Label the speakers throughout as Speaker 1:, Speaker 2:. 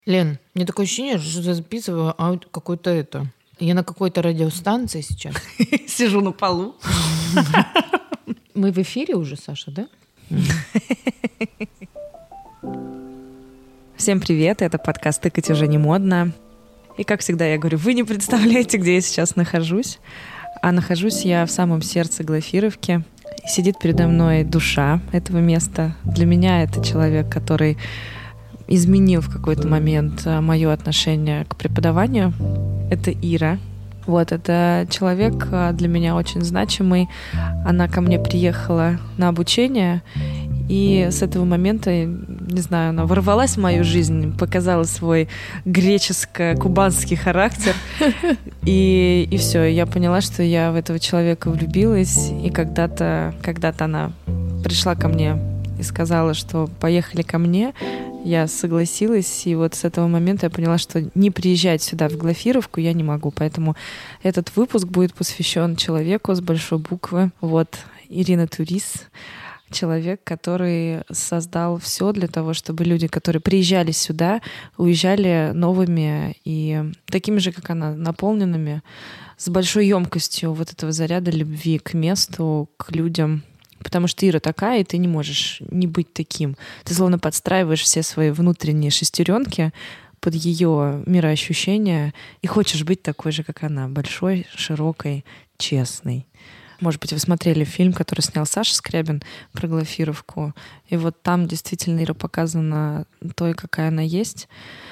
Speaker 1: Лен, мне такое ощущение, что я записываю какой-то это. Я на какой-то радиостанции сейчас.
Speaker 2: Сижу на полу.
Speaker 1: Мы в эфире уже, Саша, да?
Speaker 2: Всем привет, это подкаст «Тыкать уже не модно». И, как всегда, я говорю, вы не представляете, где я сейчас нахожусь. А нахожусь я в самом сердце Глафировки. Сидит передо мной душа этого места. Для меня это человек, который изменил в какой-то момент мое отношение к преподаванию. Это Ира. Вот, это человек для меня очень значимый. Она ко мне приехала на обучение, и с этого момента, не знаю, она ворвалась в мою жизнь, показала свой греческо-кубанский характер. И все, я поняла, что я в этого человека влюбилась. И когда-то она пришла ко мне и сказала, что поехали ко мне, я согласилась, и вот с этого момента я поняла, что не приезжать сюда, в Глафировку, я не могу. Поэтому этот выпуск будет посвящен человеку с большой буквы. Вот, Ирина Турис. Человек, который создал все для того, чтобы люди, которые приезжали сюда, уезжали новыми и такими же, как она, наполненными, с большой емкостью вот этого заряда любви к месту, к людям. Потому что Ира такая, и ты не можешь не быть таким. Ты словно подстраиваешь все свои внутренние шестеренки под ее мироощущения и хочешь быть такой же, как она, большой, широкой, честной. Может быть, вы смотрели фильм, который снял Саша Скрябин про Глафировку. И вот там действительно Ира показана той, какая она есть.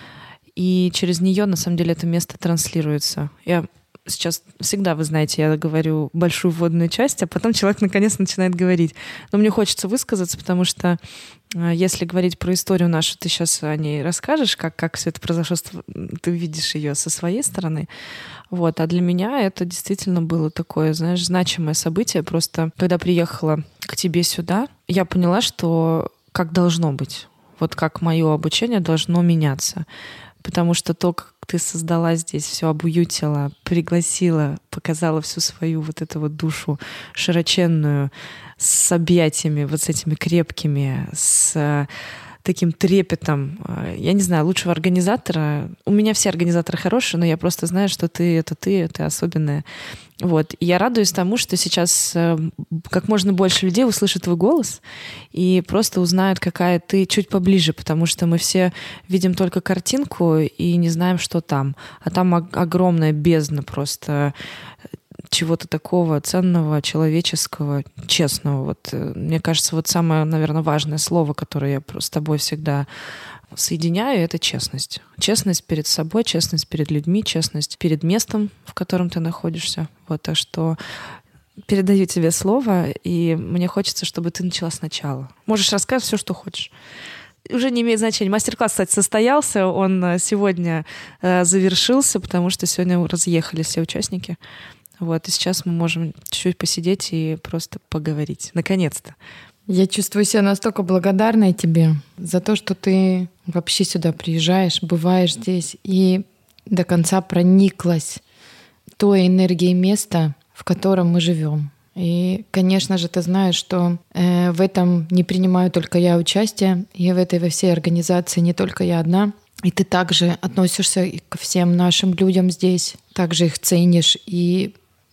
Speaker 2: И через нее, на самом деле, это место транслируется. Я сейчас всегда, вы знаете, я говорю большую вводную часть, а потом человек наконец начинает говорить. Но мне хочется высказаться, потому что если говорить про историю нашу, ты сейчас о ней расскажешь, как все это произошло, ты видишь ее со своей стороны. Вот. А для меня это действительно было такое, знаешь, значимое событие. Просто когда приехала к тебе сюда, я поняла, что как должно быть. Вот как мое обучение должно меняться. Потому что то, как ты создала здесь, все обуютила, пригласила, показала всю свою вот эту вот душу широченную, с объятиями вот с этими крепкими, с таким трепетом. Я не знаю, лучшего организатора. У меня все организаторы хорошие, но я просто знаю, что ты особенная. Вот. И я радуюсь тому, что сейчас как можно больше людей услышат твой голос и просто узнают, какая ты чуть поближе, потому что мы все видим только картинку и не знаем, что там. А там огромная бездна просто чего-то такого ценного, человеческого, честного. Вот, мне кажется, вот самое, наверное, важное слово, которое я с тобой всегда соединяю, это честность. Честность перед собой, честность перед людьми, честность перед местом, в котором ты находишься. Вот, так что передаю тебе слово, и мне хочется, чтобы ты начала сначала. Можешь рассказать все, что хочешь. Уже не имеет значения. Мастер-класс, кстати, состоялся, он сегодня завершился, потому что сегодня разъехались все участники. Вот, и сейчас мы можем чуть-чуть посидеть и просто поговорить. Наконец-то.
Speaker 1: Я чувствую себя настолько благодарной тебе за то, что ты вообще сюда приезжаешь, бываешь здесь и до конца прониклась той энергией места, в котором мы живем. И, конечно же, ты знаешь, что в этом не принимаю только я участие, и в этой во всей организации не только я одна. И ты также относишься ко всем нашим людям здесь, также их ценишь и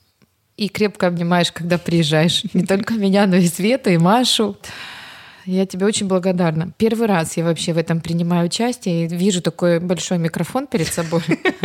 Speaker 1: крепко обнимаешь, когда приезжаешь. Не только меня, но и Свету, и Машу. Я тебе очень благодарна. Первый раз я вообще в этом принимаю участие и вижу такой большой микрофон перед собой.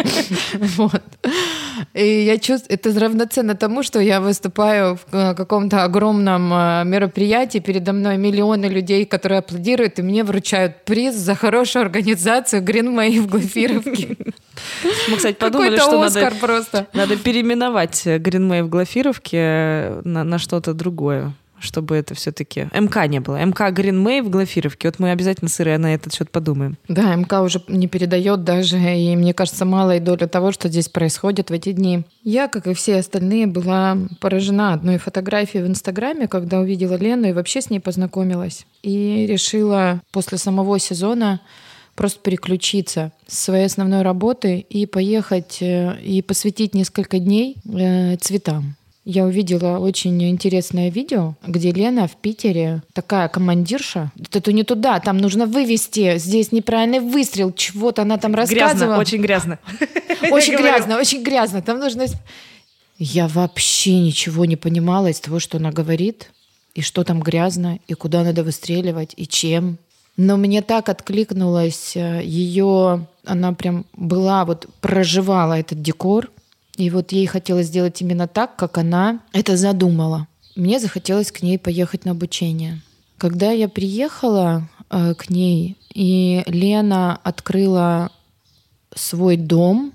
Speaker 1: И я чувствую, это равноценно тому, что я выступаю в каком-то огромном мероприятии, передо мной миллионы людей, которые аплодируют, и мне вручают приз за хорошую организацию Green May в Глафировке.
Speaker 2: Мы, кстати, подумали, что надо переименовать Green May в Глафировке на что-то другое, чтобы это все-таки МК не было. МК Green May в Глафировке. Вот мы обязательно с Ирой на этот счет подумаем.
Speaker 1: Да, МК уже не передает даже, и мне кажется, малая доля того, что здесь происходит в эти дни. Я, как и все остальные, была поражена одной фотографией в Инстаграме, когда увидела Лену и вообще с ней познакомилась. И решила после самого сезона просто переключиться с своей основной работы и поехать и посвятить несколько дней цветам. я увидела очень интересное видео, где Лена в Питере, такая командирша. Это не туда, там нужно вывести, здесь неправильный выстрел, чего-то она там рассказывала.
Speaker 2: Очень грязно.
Speaker 1: Очень грязно, очень грязно. Там нужно... Я вообще ничего не понимала из того, что она говорит, и что там грязно, и куда надо выстреливать, и чем. Но мне так откликнулось ее... Она прям была, вот проживала этот декор, и вот ей хотелось сделать именно так, как она это задумала. Мне захотелось к ней поехать на обучение. Когда я приехала к ней, и Лена открыла свой дом,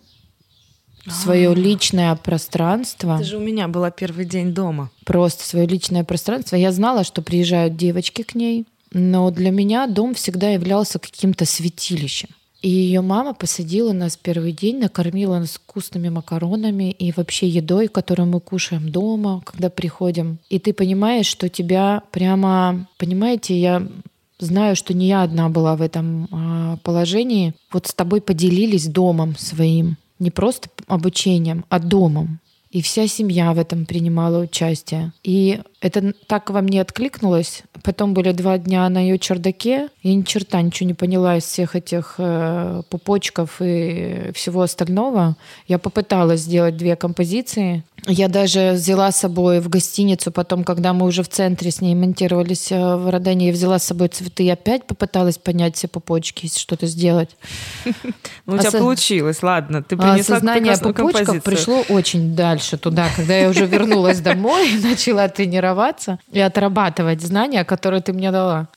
Speaker 1: свое личное пространство.
Speaker 2: Это же у меня был первый день дома.
Speaker 1: Просто свое личное пространство. Я знала, что приезжают девочки к ней, но для меня дом всегда являлся каким-то святилищем. И ее мама посадила нас первый день, накормила нас вкусными макаронами и вообще едой, которую мы кушаем дома, когда приходим. И ты понимаешь, что тебя прямо... Понимаете, я знаю, что не я одна была в этом положении. Вот с тобой поделились домом своим. Не просто обучением, а домом. И вся семья в этом принимала участие. И это так во мне откликнулось. Потом были 2 дня на ее чердаке. Я ни черта ничего не поняла из всех этих пупочков и всего остального. Я попыталась сделать 2 композиции. Я даже взяла с собой в гостиницу, потом, когда мы уже в центре с ней монтировались в Родене, я взяла с собой цветы и опять попыталась понять все пупочки, что-то сделать.
Speaker 2: Ну, у тебя получилось, ладно. Ты принесла прекрасную композицию.
Speaker 1: Осознание пупочков пришло очень дальше туда, когда я уже вернулась домой и начала тренироваться и отрабатывать знания, которые ты мне дала.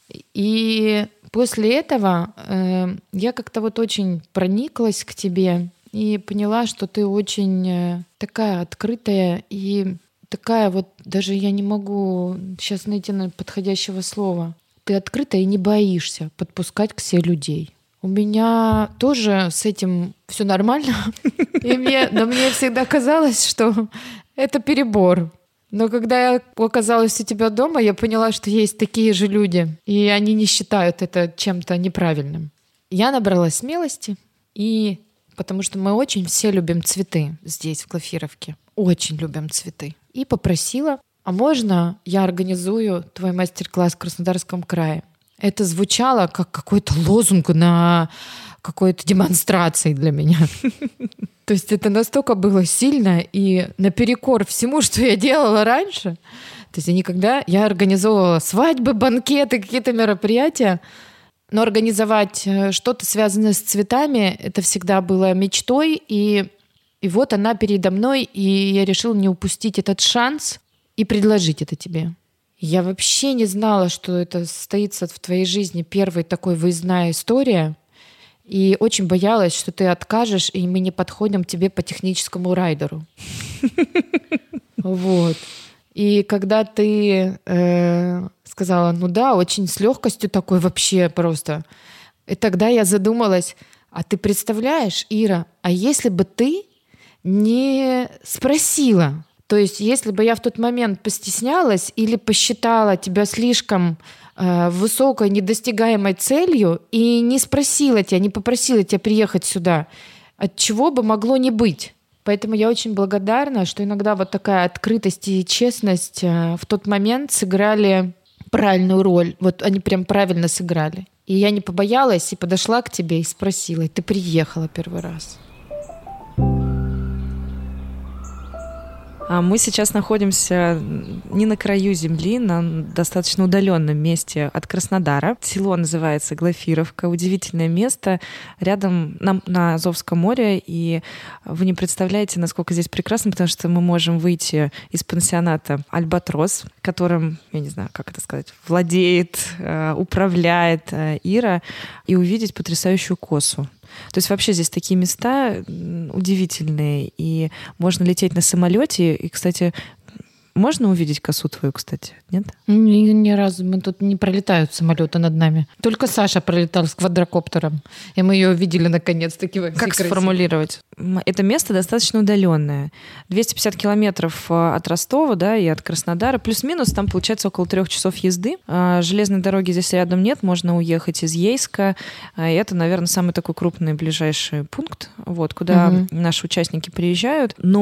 Speaker 1: И после этого я как-то вот очень прониклась к тебе и поняла, что ты очень такая открытая и такая вот, даже я не могу сейчас найти подходящего слова. Ты открытая и не боишься подпускать к себе людей. У меня тоже с этим все нормально. Но мне всегда казалось, что это перебор. Но когда я оказалась у тебя дома, я поняла, что есть такие же люди, и они не считают это чем-то неправильным. Я набралась смелости, и потому что мы очень все любим цветы здесь, в Глафировке. Очень любим цветы. И попросила, а можно я организую твой мастер-класс в Краснодарском крае? Это звучало как какой-то лозунг на какой-то демонстрации для меня. То есть это настолько было сильно и наперекор всему, что я делала раньше. То есть я организовывала свадьбы, банкеты, какие-то мероприятия, но организовать что-то, связанное с цветами, это всегда было мечтой. И вот она передо мной, и я решила не упустить этот шанс и предложить это тебе. Я вообще не знала, что это состоится в твоей жизни первая такой выездная история. И очень боялась, что ты откажешь, и мы не подходим к тебе по техническому райдеру. Вот. И когда ты сказала, ну да, очень с легкостью такой вообще просто. И тогда я задумалась, а ты представляешь, Ира, а если бы ты не спросила? То есть если бы я в тот момент постеснялась или посчитала тебя слишком высокой, недостигаемой целью и не спросила тебя, не попросила тебя приехать сюда, от чего бы могло не быть? Поэтому я очень благодарна, что иногда вот такая открытость и честность в тот момент сыграли правильную роль. Вот они прям правильно сыграли. И я не побоялась и подошла к тебе и спросила, и ты приехала первый раз.
Speaker 2: Мы сейчас находимся не на краю земли, на достаточно удаленном месте от Краснодара. Село называется Глафировка. Удивительное место рядом на Азовском море. И вы не представляете, насколько здесь прекрасно, потому что мы можем выйти из пансионата «Альбатрос», которым, я не знаю, как это сказать, владеет, управляет Ира, и увидеть потрясающую косу. То есть вообще здесь такие места удивительные, и можно лететь на самолете. И, кстати, можно увидеть косу твою, кстати, нет?
Speaker 1: Ни разу. Мы тут не пролетают самолеты над нами. Только Саша пролетал с квадрокоптером, и мы ее увидели наконец-таки.
Speaker 2: Как сформулировать? Это место достаточно удаленное. 250 километров от Ростова, да, и от Краснодара. Плюс-минус там получается около 3 часов езды. Железной дороги здесь рядом нет. Можно уехать из Ейска. И это, наверное, самый такой крупный ближайший пункт, вот, куда наши участники приезжают. Но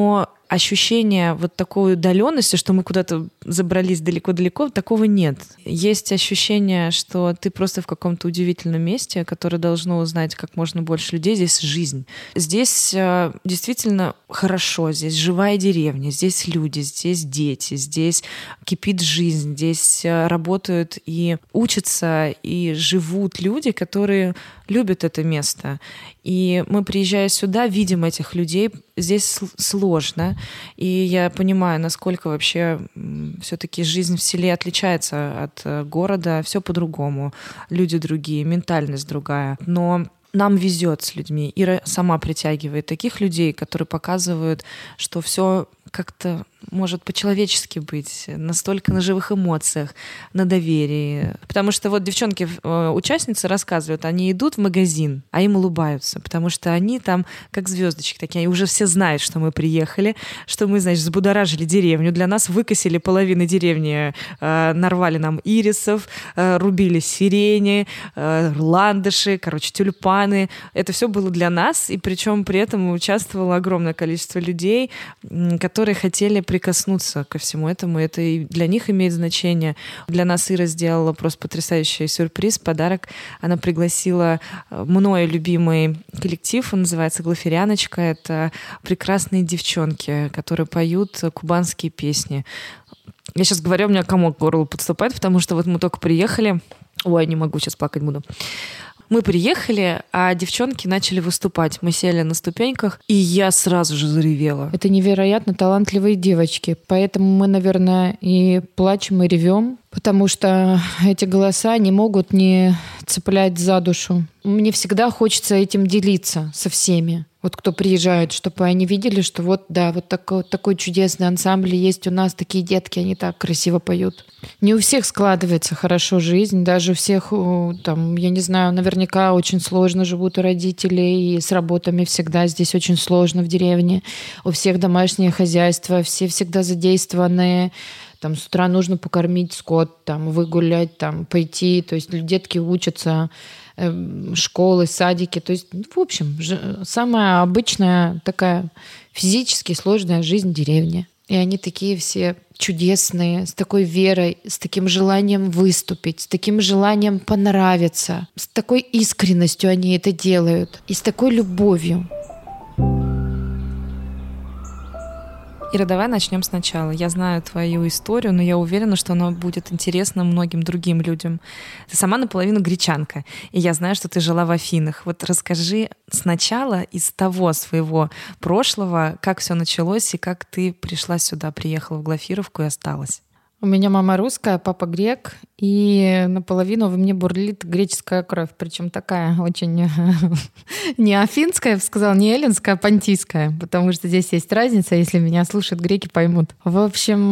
Speaker 2: ощущения вот такой удаленности, что мы куда-то забрались далеко-далеко, такого нет. Есть ощущение, что ты просто в каком-то удивительном месте, которое должно узнать как можно больше людей. Здесь жизнь. Здесь действительно хорошо, здесь живая деревня, здесь люди, здесь дети, здесь кипит жизнь, здесь работают и учатся, и живут люди, которые любят это место. И мы, приезжая сюда, видим этих людей. Здесь сложно. И я понимаю, насколько вообще все-таки жизнь в селе отличается от города. Все по-другому. Люди другие, ментальность другая. Но нам везет с людьми. Ира сама притягивает таких людей, которые показывают, что все как-то может по-человечески быть, настолько на живых эмоциях, на доверии. Потому что вот девчонки, участницы рассказывают, они идут в магазин, а им улыбаются, потому что они там как звездочки такие, они уже все знают, что мы приехали, что мы, значит, взбудоражили деревню, для нас выкосили половину деревни, нарвали нам ирисов, рубили сирени, ландыши, тюльпаны. Это все было для нас, и причем при этом участвовало огромное количество людей, которые хотели прикоснуться ко всему этому. Это и для них имеет значение. Для нас Ира сделала просто потрясающий сюрприз, подарок. Она пригласила мною любимый коллектив, он называется «Глафиряночка». Это прекрасные девчонки, которые поют кубанские песни. Я сейчас говорю, у меня комок к горлу подступает, потому что вот мы только приехали. Ой, не могу, сейчас плакать буду. Мы приехали, а девчонки начали выступать. Мы сели на ступеньках, и я сразу же заревела.
Speaker 1: Это невероятно талантливые девочки. Поэтому мы, наверное, и плачем, и ревем, потому что эти голоса не могут не цеплять за душу. Мне всегда хочется этим делиться со всеми. Вот кто приезжает, чтобы они видели, что вот такой чудесный ансамбль есть у нас, такие детки, они так красиво поют. Не у всех складывается хорошо жизнь, даже у всех, там, я не знаю, наверняка очень сложно живут у родителей, и с работами всегда здесь очень сложно в деревне. У всех домашнее хозяйство, все всегда задействованы. Там с утра нужно покормить скот, там, выгулять, там, пойти. То есть детки учатся, школы, садики. То есть, в общем, самая обычная такая физически сложная жизнь деревни. И они такие все чудесные, с такой верой, с таким желанием выступить, с таким желанием понравиться. С такой искренностью они это делают. И с такой любовью.
Speaker 2: Ира, давай начнем сначала. Я знаю твою историю, но я уверена, что она будет интересна многим другим людям. Ты сама наполовину гречанка, и я знаю, что ты жила в Афинах. Вот расскажи сначала из того своего прошлого, как все началось и как ты пришла сюда, приехала в Глафировку и осталась.
Speaker 1: У меня мама русская, папа грек, и наполовину во мне бурлит греческая кровь, причем такая очень не афинская, я бы сказала, не эллинская, а понтийская, потому что здесь есть разница, если меня слушают греки, поймут. В общем,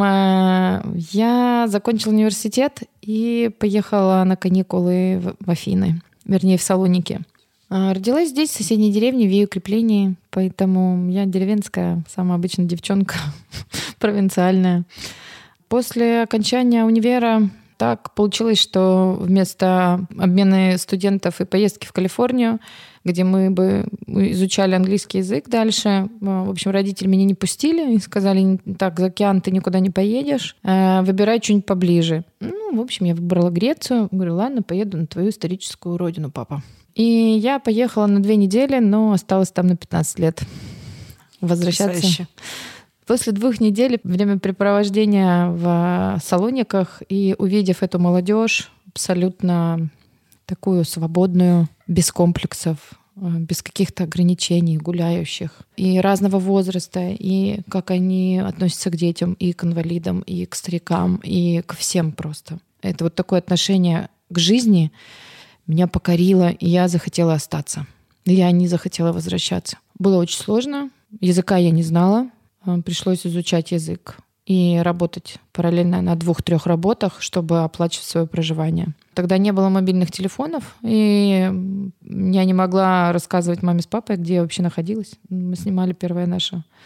Speaker 1: я закончила университет и поехала на каникулы в Афины, вернее, в Салоники. Родилась здесь, в соседней деревне, в Веи-укреплении, поэтому я деревенская, самая обычная девчонка, провинциальная. После окончания универа так получилось, что вместо обмена студентов и поездки в Калифорнию, где мы бы изучали английский язык дальше, в общем, родители меня не пустили и сказали: так, за океан ты никуда не поедешь, выбирай что-нибудь поближе. В общем, я выбрала Грецию. Говорю: ладно, поеду на твою историческую родину, папа. И я поехала на 2 недели, но осталась там на 15 лет. Возвращаться.
Speaker 2: Потрясающе.
Speaker 1: После 2 недель времяпрепровождения в Салониках и увидев эту молодежь абсолютно такую свободную, без комплексов, без каких-то ограничений, гуляющих, и разного возраста, и как они относятся к детям, и к инвалидам, и к старикам, и ко всем просто. Это вот такое отношение к жизни меня покорило, и я захотела остаться. Я не захотела возвращаться. Было очень сложно, языка я не знала. Пришлось изучать язык и работать параллельно на 2-3 работах, чтобы оплачивать свое проживание. Тогда не было мобильных телефонов, и я не могла рассказывать маме с папой, где я вообще находилась. Мы снимали первое наше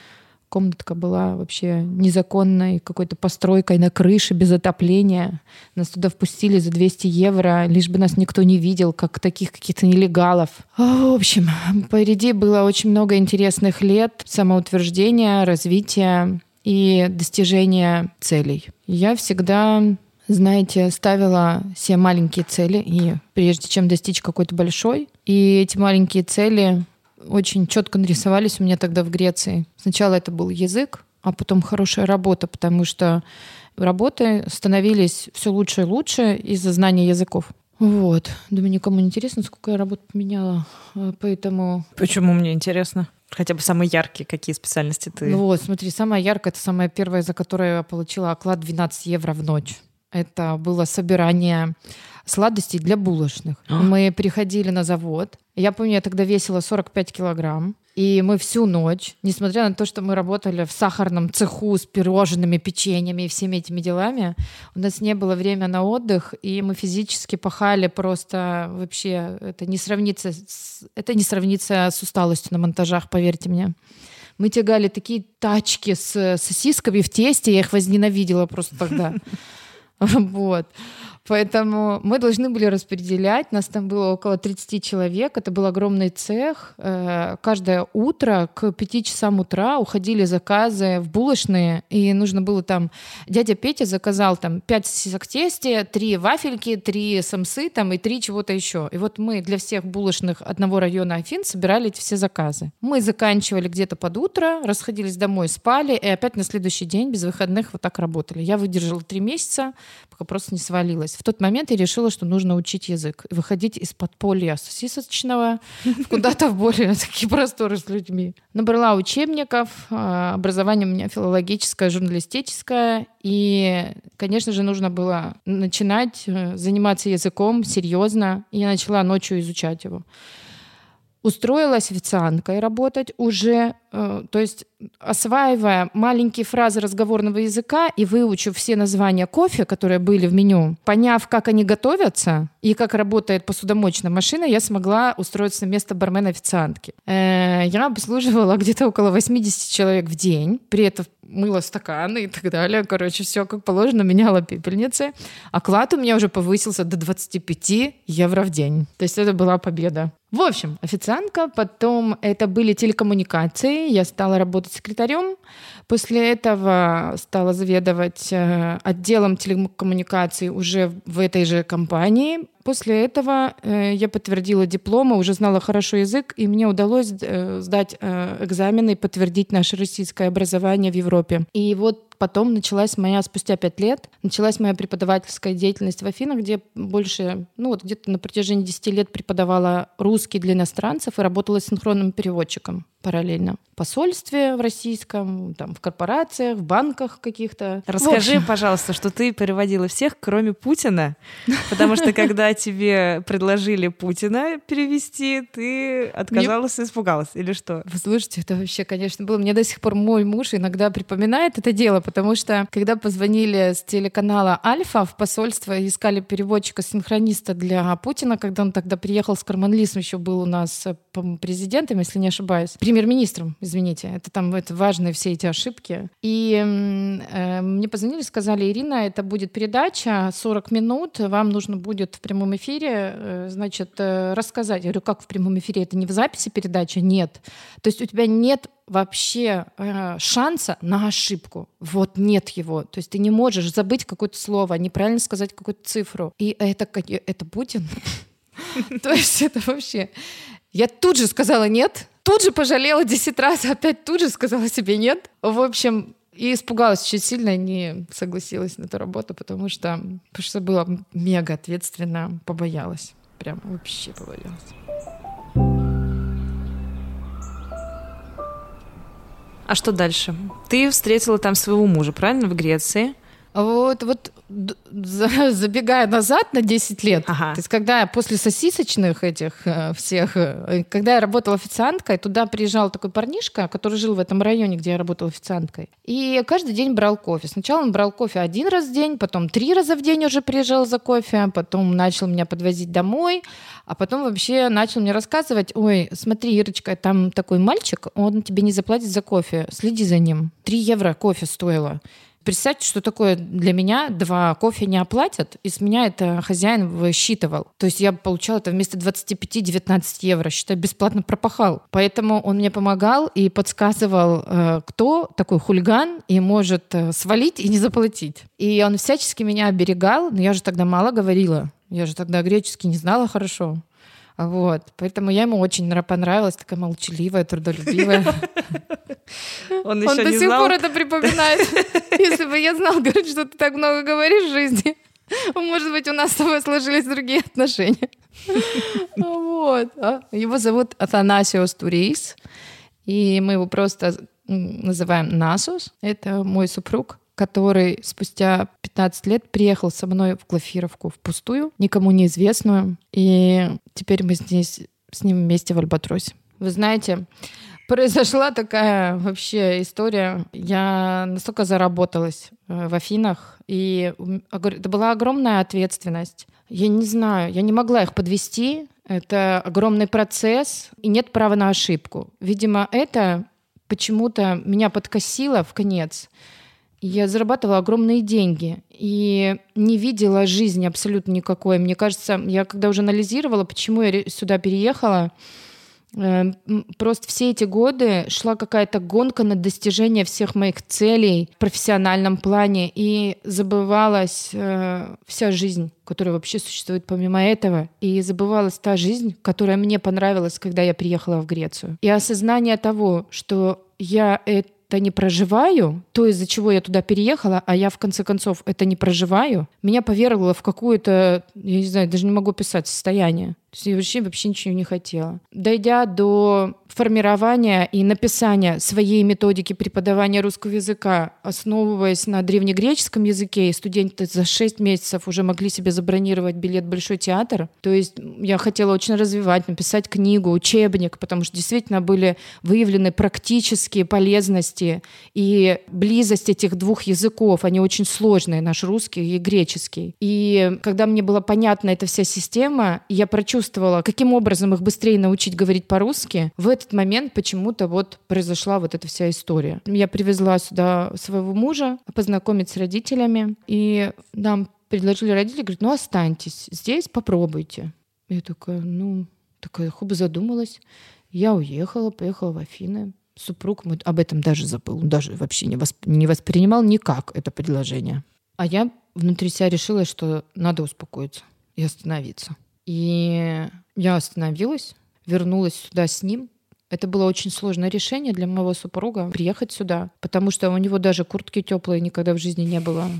Speaker 1: комнатка была вообще незаконной какой-то постройкой на крыше без отопления. Нас туда впустили за 200 евро, лишь бы нас никто не видел, как таких каких-то нелегалов. В общем, впереди было очень много интересных лет самоутверждения, развития и достижения целей. Я всегда, знаете, ставила себе маленькие цели, и прежде чем достичь какой-то большой, и эти маленькие цели очень четко нарисовались у меня тогда в Греции. Сначала это был язык, а потом хорошая работа, потому что работы становились все лучше и лучше из-за знания языков. Вот. Думаю, никому не интересно, сколько я работ поменяла. Поэтому...
Speaker 2: Почему мне интересно? Хотя бы самые яркие, какие специальности ты...
Speaker 1: Ну вот, смотри, самая яркая, это самая первая, за которую я получила оклад 12 евро в ночь. Это было собирание сладостей для булочных. Мы приходили на завод. Я помню, я тогда весила 45 килограмм. И мы всю ночь, несмотря на то, что мы работали в сахарном цеху с пирожными, печеньями и всеми этими делами, у нас не было времени на отдых, и мы физически пахали просто вообще. Это не сравнится с усталостью на монтажах, поверьте мне. Мы тягали такие тачки с сосисками в тесте, я их возненавидела просто тогда. Вот. Поэтому мы должны были распределять. Нас там было около 30 человек. Это был огромный цех. Каждое утро к 5 часам утра уходили заказы в булочные. И нужно было там... Дядя Петя заказал там 5 сосисок в тесте, 3 вафельки, 3 самсы там, и 3 чего-то еще. И вот мы для всех булочных одного района Афин собирали эти все заказы. Мы заканчивали где-то под утро, расходились домой, спали, и опять на следующий день без выходных вот так работали. Я выдержала 3 месяца, пока просто не свалилась. В тот момент я решила, что нужно учить язык. Выходить из подполья сосисочного куда-то в более такие просторы с людьми. Набрала учебников. Образование у меня филологическое, журналистическое. И, конечно же, нужно было начинать заниматься языком серьезно. И я начала ночью изучать его. Устроилась официанткой работать уже, то есть осваивая маленькие фразы разговорного языка и выучив все названия кофе, которые были в меню, поняв, как они готовятся и как работает посудомоечная машина, я смогла устроиться на место бармена-официантки. Я обслуживала где-то около 80 человек в день, при этом мыла стаканы и так далее. Короче, все как положено, меняла пепельницы. Оклад у меня уже повысился до 25 евро в день. То есть это была победа. В общем, официантка, потом это были телекоммуникации, я стала работать секретарем, после этого стала заведовать отделом телекоммуникаций уже в этой же компании. После этого я подтвердила дипломы, уже знала хорошо язык, и мне удалось сдать экзамены и подтвердить наше российское образование в Европе. И вот потом спустя 5 лет, началась моя преподавательская деятельность в Афинах, где больше, где-то на протяжении 10 лет преподавала русский для иностранцев и работала синхронным переводчиком параллельно. В посольстве в российском, там, в корпорациях, в банках каких-то.
Speaker 2: Расскажи, пожалуйста, что ты переводила всех, кроме Путина, потому что когда тебе предложили Путина перевести, ты отказалась и испугалась, или что?
Speaker 1: Вы слушайте, это вообще, конечно, было. Мне до сих пор мой муж иногда припоминает это дело, потому что когда позвонили с телеканала «Альфа» в посольство, искали переводчика-синхрониста для Путина, когда он тогда приехал с Карманлисом, еще был у нас президентом, если не ошибаюсь, премьер-министром, извините. Это важные все эти ошибки. И мне позвонили, сказали: Ирина, это будет передача 40 минут, вам нужно будет в прямом эфире, рассказать. Я говорю, как в прямом эфире? Это не в записи передачи? Нет. То есть у тебя нет вообще шанса на ошибку. Вот нет его. То есть ты не можешь забыть какое-то слово, неправильно сказать какую-то цифру. И это Путин. То есть это вообще... Я тут же сказала нет, тут же пожалела 10 раз, опять тут же сказала себе нет. В общем, и испугалась очень сильно, не согласилась на эту работу, потому что было мега ответственно, побоялась. Прям вообще побоялась.
Speaker 2: А что дальше? Ты встретила там своего мужа, правильно, в Греции?
Speaker 1: Вот забегая назад на 10 лет,
Speaker 2: Ага.
Speaker 1: то есть когда после сосисочных этих всех, когда я работала официанткой, туда приезжал такой парнишка, который жил в этом районе, где я работала официанткой, и каждый день брал кофе. Сначала он брал кофе 1 раз в день, потом 3 раза в день уже приезжал за кофе, потом начал меня подвозить домой, а потом вообще начал мне рассказывать: ой, смотри, Ирочка, там такой мальчик, он тебе не заплатит за кофе, следи за ним. 3 евро кофе стоило. Представьте, что такое для меня 2 кофе не оплатят, и с меня это хозяин высчитывал. То есть я получала это вместо 25-19 евро, считай, бесплатно пропахал. Поэтому он мне помогал и подсказывал, кто такой хулиган и может свалить и не заплатить. И он всячески меня оберегал, но я же тогда мало говорила. Я же тогда греческий не знала хорошо. Вот. Поэтому я ему очень понравилась, такая молчаливая, трудолюбивая.
Speaker 2: Он еще
Speaker 1: до
Speaker 2: не
Speaker 1: сих
Speaker 2: знал.
Speaker 1: пор это припоминает. Если бы я знал, говорит, что ты так много говоришь в жизни, может быть, у нас с тобой сложились другие отношения. Вот. Его зовут Атанасиос Турис, и мы его просто называем Насос. Это мой супруг, который спустя 15 лет приехал со мной в Глафировку впустую, никому неизвестную, и теперь мы здесь с ним вместе в Альбатросе. Вы знаете, произошла такая вообще история. Я настолько заработалась в Афинах, и это была огромная ответственность. Я не знаю, я не могла их подвести. Это огромный процесс, и нет права на ошибку. Видимо, это почему-то меня подкосило в конец. Я зарабатывала огромные деньги и не видела жизни абсолютно никакой. Мне кажется, я когда уже анализировала, почему я сюда переехала, просто все эти годы шла какая-то гонка на достижение всех моих целей в профессиональном плане, и забывалась вся жизнь, которая вообще существует помимо этого, и забывалась та жизнь, которая мне понравилась, когда я приехала в Грецию. И осознание того, что я это не проживаю, то, из-за чего я туда переехала, а я, в конце концов, это не проживаю, меня повергло в какую-то, я не знаю, даже не могу писать, состояние. То есть я вообще ничего не хотела. Дойдя до формирования и написания своей методики преподавания русского языка, основываясь на древнегреческом языке, и студенты за 6 месяцев уже могли себе забронировать билет в Большой театр. То есть я хотела очень развивать, написать книгу, учебник, потому что действительно были выявлены практические полезности и близость этих 2 языков. Они очень сложные, наш русский и греческий. И когда мне была понятна эта вся система, я прочувствовала, каким образом их быстрее научить говорить по-русски, в этот момент почему-то вот произошла вот эта вся история. Я привезла сюда своего мужа познакомить с родителями, и нам предложили родители, говорят, ну останьтесь здесь, попробуйте. Я такая, хоба задумалась. Я уехала, поехала в Афины. Супруг мой об этом даже забыл, он даже вообще не воспринимал никак это предложение. А я внутри себя решила, что надо успокоиться и остановиться. И я остановилась, вернулась сюда с ним. Это было очень сложное решение для моего супруга приехать сюда, потому что у него даже куртки теплые никогда в жизни не было.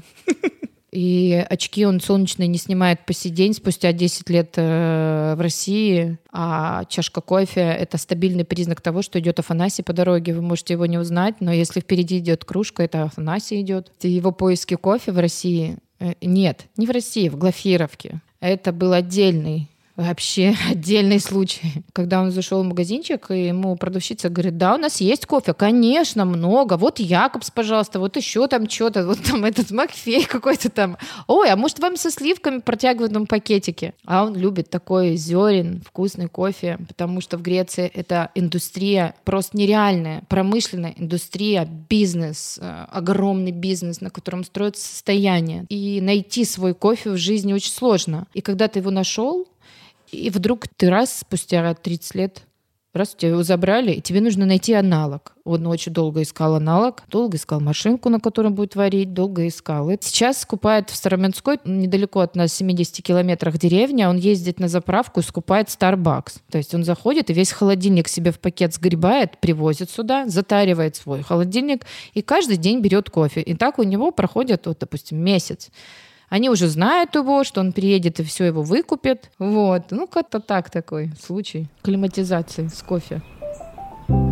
Speaker 1: И очки он солнечные не снимает по сей день, спустя 10 лет в России. А чашка кофе — это стабильный признак того, что идет Афанасий по дороге. Вы можете его не узнать, но если впереди идет кружка, это Афанасий идет. Его поиски кофе в России... Нет, не в России, в Глафировке. Это был вообще отдельный случай. Когда он зашел в магазинчик, и ему продавщица говорит, да, у нас есть кофе, конечно, много. Вот Якобс, пожалуйста, вот еще там что-то, вот там этот Макфей какой-то там. Ой, а может вам со сливками протягивают в пакетике? А он любит такой зерен, вкусный кофе, потому что в Греции это индустрия просто нереальная, промышленная индустрия, бизнес, огромный бизнес, на котором строится состояние. И найти свой кофе в жизни очень сложно. И когда ты его нашел, и вдруг ты спустя 30 лет, у тебя его забрали, и тебе нужно найти аналог. Он очень долго искал аналог, долго искал машинку, на которой будет варить, долго искал. И сейчас скупает в Староминской, недалеко от нас, в 70 километрах деревня, он ездит на заправку и скупает Starbucks. То есть он заходит и весь холодильник себе в пакет сгребает, привозит сюда, затаривает свой холодильник и каждый день берет кофе. И так у него проходит, допустим, месяц. Они уже знают его, что он приедет и все его выкупит. Вот. Как-то такой случай акклиматизации с кофе.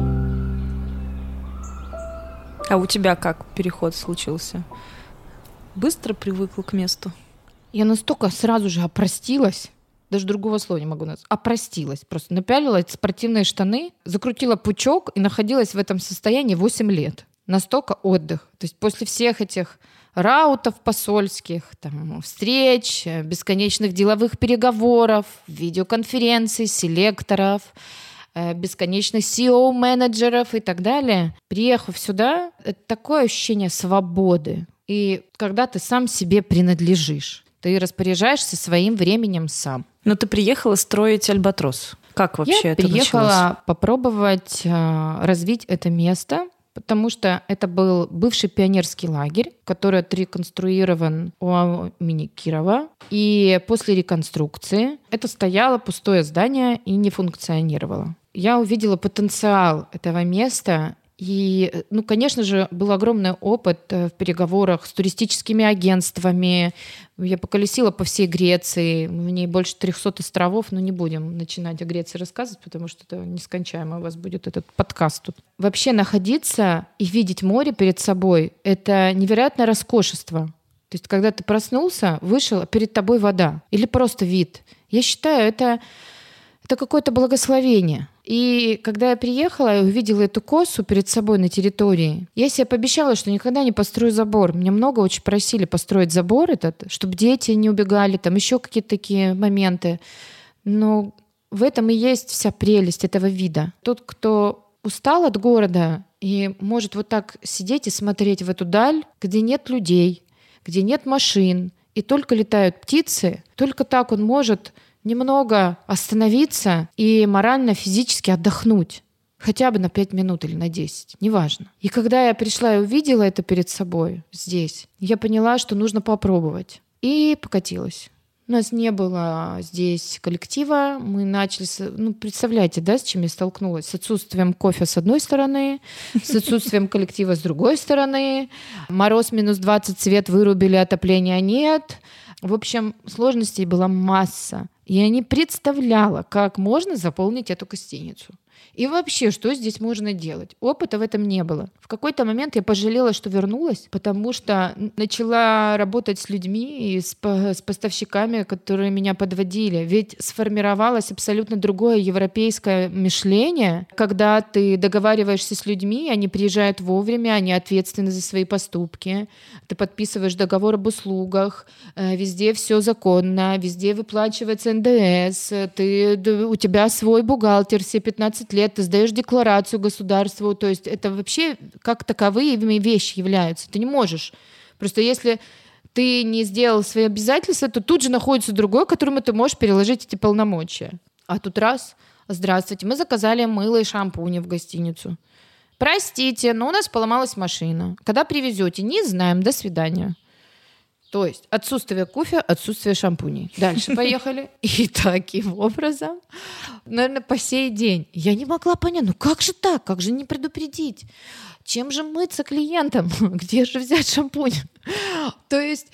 Speaker 2: А у тебя как переход случился? быстро привыкла к месту?
Speaker 1: Я настолько сразу же опростилась, даже другого слова не могу назвать. Опростилась. Просто напялила эти спортивные штаны, закрутила пучок и находилась в этом состоянии 8 лет. Настолько отдых. То есть после всех этих раутов посольских, там, встреч, бесконечных деловых переговоров, видеоконференций, селекторов, бесконечных SEO-менеджеров и так далее, приехав сюда, это такое ощущение свободы. И когда ты сам себе принадлежишь, ты распоряжаешься своим временем сам.
Speaker 2: Но ты приехала строить Альбатрос. Как вообще это началось?
Speaker 1: Я приехала попробовать развить это место, потому что это был бывший пионерский лагерь, который отреконструирован у имени Кирова. И после реконструкции это стояло пустое здание и не функционировало. Я увидела потенциал этого места. И, конечно же, был огромный опыт в переговорах с туристическими агентствами. Я поколесила по всей Греции. В ней больше 300 островов, но не будем начинать о Греции рассказывать, потому что это нескончаемо у вас будет этот подкаст тут. Вообще находиться и видеть море перед собой — это невероятное роскошество. То есть когда ты проснулся, вышел, а перед тобой вода или просто вид. Я считаю, это какое-то благословение. И когда я приехала и увидела эту косу перед собой на территории, я себе пообещала, что никогда не построю забор. Меня много очень просили построить забор этот, чтобы дети не убегали, там еще какие-то такие моменты. Но в этом и есть вся прелесть этого вида. Тот, кто устал от города и может вот так сидеть и смотреть в эту даль, где нет людей, где нет машин, и только летают птицы, только так он может немного остановиться и морально, физически отдохнуть. Хотя бы на 5 минут или на 10, неважно. И когда я пришла и увидела это перед собой здесь, я поняла, что нужно попробовать. И покатилась. У нас не было здесь коллектива. Мы начали... представляете, да, с чем я столкнулась? С отсутствием кофе с одной стороны, с отсутствием коллектива с другой стороны. Мороз минус 20, свет вырубили, отопления нет. В общем, сложностей была масса. Я не представляла, как можно заполнить эту гостиницу. И вообще, что здесь можно делать? Опыта в этом не было. В какой-то момент я пожалела, что вернулась, потому что начала работать с людьми и с поставщиками, которые меня подводили. Ведь сформировалось абсолютно другое европейское мышление, когда ты договариваешься с людьми, они приезжают вовремя, они ответственны за свои поступки, ты подписываешь договор об услугах, везде все законно, везде выплачивается НДС, у тебя свой бухгалтер все 15 лет, ты сдаешь декларацию государству, то есть это вообще как таковые вещи являются. Ты не можешь. Просто если ты не сделал свои обязательства, то тут же находится другой, которому ты можешь переложить эти полномочия. А тут раз, здравствуйте, мы заказали мыло и шампуни в гостиницу. Простите, но у нас поломалась машина. Когда привезете? Не знаем, до свидания. То есть отсутствие кофе, отсутствие шампуней. Дальше поехали. И таким образом, наверное, по сей день я не могла понять, как же так, как же не предупредить? Чем же мыться клиентам? Где же взять шампунь? То есть,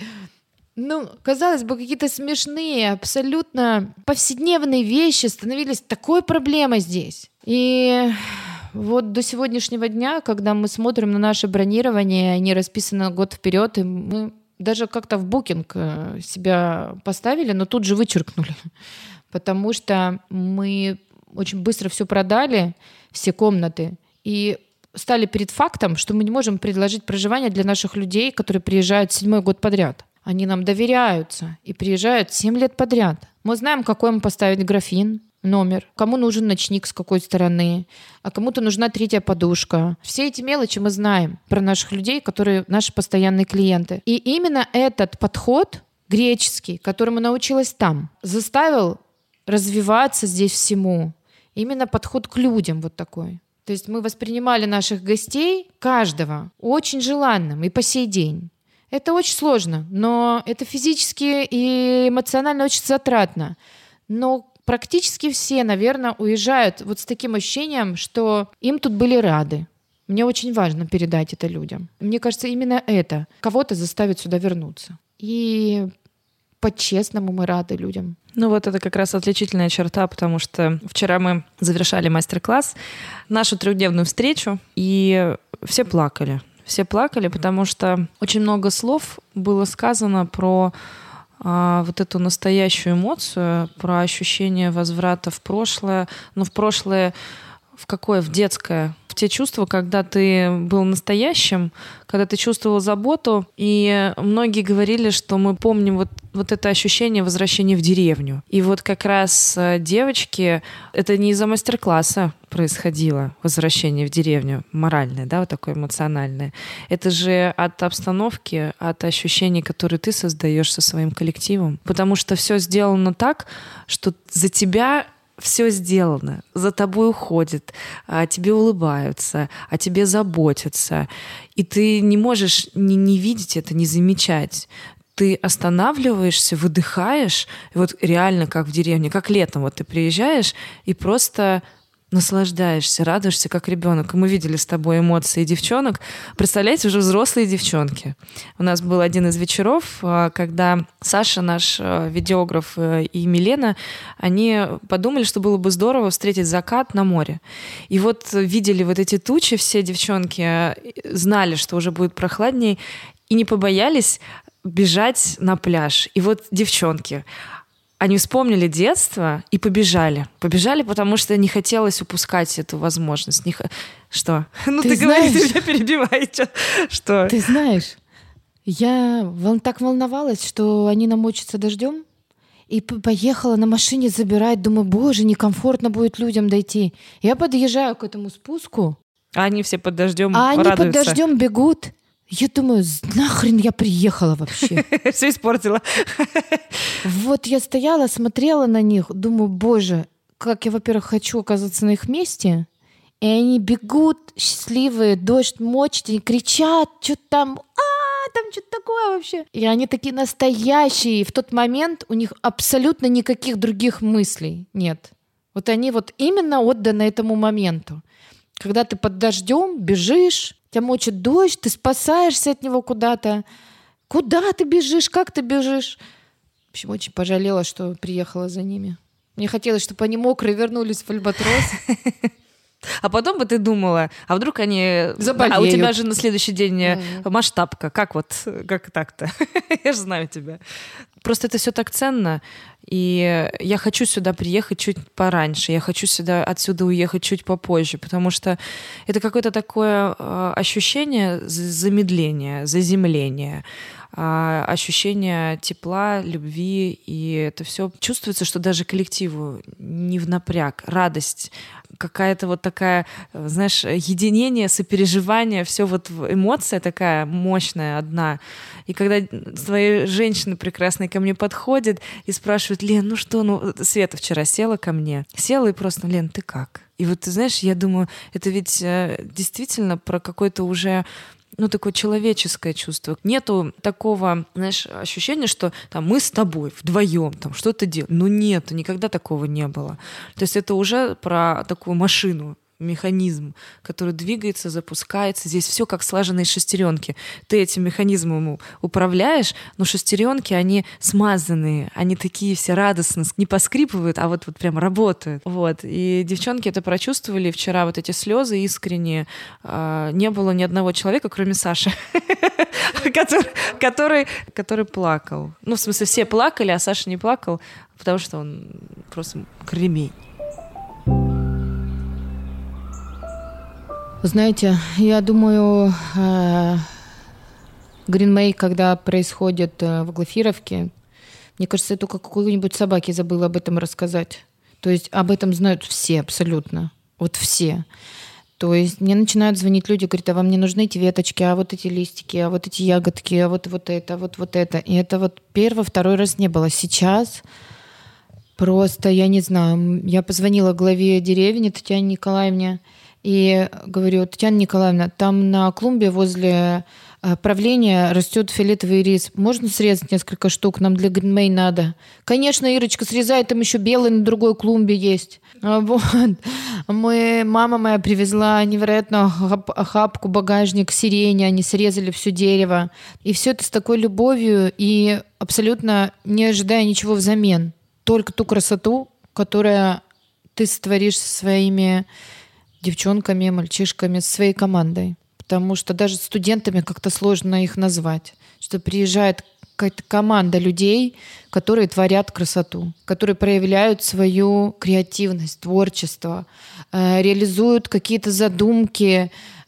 Speaker 1: казалось бы, какие-то смешные, абсолютно повседневные вещи становились такой проблемой здесь. И вот до сегодняшнего дня, когда мы смотрим на наше бронирование, они расписаны год вперед, и мы даже как-то в букинг себя поставили, но тут же вычеркнули, потому что мы очень быстро все продали, все комнаты, и стали перед фактом, что мы не можем предложить проживание для наших людей, которые приезжают 7-й год подряд. Они нам доверяются и приезжают 7 лет подряд. Мы знаем, какой им поставить графин, номер, кому нужен ночник с какой стороны, а кому-то нужна 3-я подушка. Все эти мелочи мы знаем про наших людей, которые наши постоянные клиенты. И именно этот подход греческий, которому научилась там, заставил развиваться здесь всему. Именно подход к людям вот такой. То есть мы воспринимали наших гостей, каждого, очень желанным и по сей день. Это очень сложно, но это физически и эмоционально очень затратно. Но практически все, наверное, уезжают вот с таким ощущением, что им тут были рады. Мне очень важно передать это людям. Мне кажется, именно это кого-то заставит сюда вернуться. И по-честному мы рады людям.
Speaker 2: Вот это как раз отличительная черта, потому что вчера мы завершали мастер-класс, нашу 3-дневную встречу, и все плакали. Все плакали, потому что очень много слов было сказано про вот эту настоящую эмоцию, про ощущение возврата в прошлое. Но в прошлое в какое? В детское. В те чувства, когда ты был настоящим, когда ты чувствовал заботу. И многие говорили, что мы помним вот это ощущение возвращения в деревню. И вот как раз девочки, это не из-за мастер-класса происходило возвращение в деревню, моральное, да, вот такое эмоциональное. Это же от обстановки, от ощущений, которые ты создаешь со своим коллективом. Потому что все сделано так, что за тебя все сделано, за тобой уходят, о тебе улыбаются, о тебе заботятся. И ты не можешь не видеть это, не замечать. Ты останавливаешься, выдыхаешь, и вот реально как в деревне, как летом. Вот ты приезжаешь и просто наслаждаешься, радуешься, как ребенок. И мы видели с тобой эмоции девчонок. Представляете, уже взрослые девчонки. У нас был один из вечеров, когда Саша, наш видеограф, и Милена, они подумали, что было бы здорово встретить закат на море. И вот видели вот эти тучи, все девчонки знали, что уже будет прохладней, и не побоялись бежать на пляж. И вот девчонки, они вспомнили детство и побежали. Побежали, потому что не хотелось упускать эту возможность. Что? Ну ты говоришь, ты меня перебиваешь. Что?
Speaker 1: Ты знаешь, я так волновалась, что они намочатся дождем, и поехала на машине забирать. Думаю, боже, некомфортно будет людям дойти. Я подъезжаю к этому спуску.
Speaker 2: А они все под дождем
Speaker 1: радуются. А они под дождем бегут. Я думаю, нахрен я приехала вообще?
Speaker 2: Все испортила.
Speaker 1: Вот я стояла, смотрела на них, думаю, боже, как я, во-первых, хочу оказаться на их месте. И они бегут, счастливые, дождь мочит, они кричат, что там, там что-то такое вообще. И они такие настоящие. И в тот момент у них абсолютно никаких других мыслей нет. Вот они вот именно отданы этому моменту. Когда ты под дождем бежишь, тебя мочит дождь, ты спасаешься от него куда-то. Куда ты бежишь? Как ты бежишь? В общем, очень пожалела, что приехала за ними. Мне хотелось, чтобы они мокрые вернулись в Альбатрос.
Speaker 2: А потом бы ты думала, а вдруг они...
Speaker 1: Заболеют.
Speaker 2: А у тебя же на следующий день масштабка. Как так-то? Я же знаю тебя. Просто это все так ценно. И я хочу сюда приехать чуть пораньше. Я хочу отсюда уехать чуть попозже. Потому что это какое-то такое ощущение замедления, заземления, ощущение тепла, любви. И это все чувствуется, что даже коллективу не в напряг. Радость, какая-то вот такая, знаешь, единение, сопереживание, все вот эмоция такая мощная одна. И когда твои женщины прекрасные ко мне подходят и спрашивают: Лен, ну что, Света вчера села ко мне, села и просто: Лен, ты как? И вот ты знаешь, я думаю, это ведь действительно про какое-то уже такое человеческое чувство. Нету такого, знаешь, ощущения, что там мы с тобой вдвоем там что-то делаем. Нет, никогда такого не было. То есть это уже про такую машину, механизм, который двигается, запускается. Здесь все как слаженные шестеренки. Ты этим механизмом управляешь, но шестеренки, они смазанные, они такие все радостные, не поскрипывают, а вот прям работают. Вот. И девчонки это прочувствовали. Вчера вот эти слезы искренние. Не было ни одного человека, кроме Саши, который плакал. В смысле, все плакали, а Саша не плакал, потому что он просто кремень.
Speaker 1: Знаете, я думаю, Гринмей, когда происходит в Глафировке, мне кажется, я только какой-нибудь собаке забыла об этом рассказать. То есть об этом знают все абсолютно. Вот все. То есть мне начинают звонить люди, говорят: а вам не нужны эти веточки, а вот эти листики, а вот эти ягодки, а вот это, вот это. И это вот второй раз не было. Сейчас просто, я не знаю, я позвонила главе деревни Татьяне Николаевне, и говорю: Татьяна Николаевна, там на клумбе возле правления растет фиолетовый рис. Можно срезать несколько штук? Нам для Гринмей надо. Конечно, Ирочка, срезай, там еще белый на другой клумбе есть. Вот. Мама моя привезла невероятную охапку, багажник сирени. Они срезали все дерево. И все это с такой любовью и абсолютно не ожидая ничего взамен. Только ту красоту, которую ты сотворишь со своими девчонками, мальчишками, со своей командой. потому что даже студентами как-то сложно их назвать, что приезжает какая-то команда людей, которые творят красоту, которые проявляют свою креативность, творчество, реализуют какие-то задумки,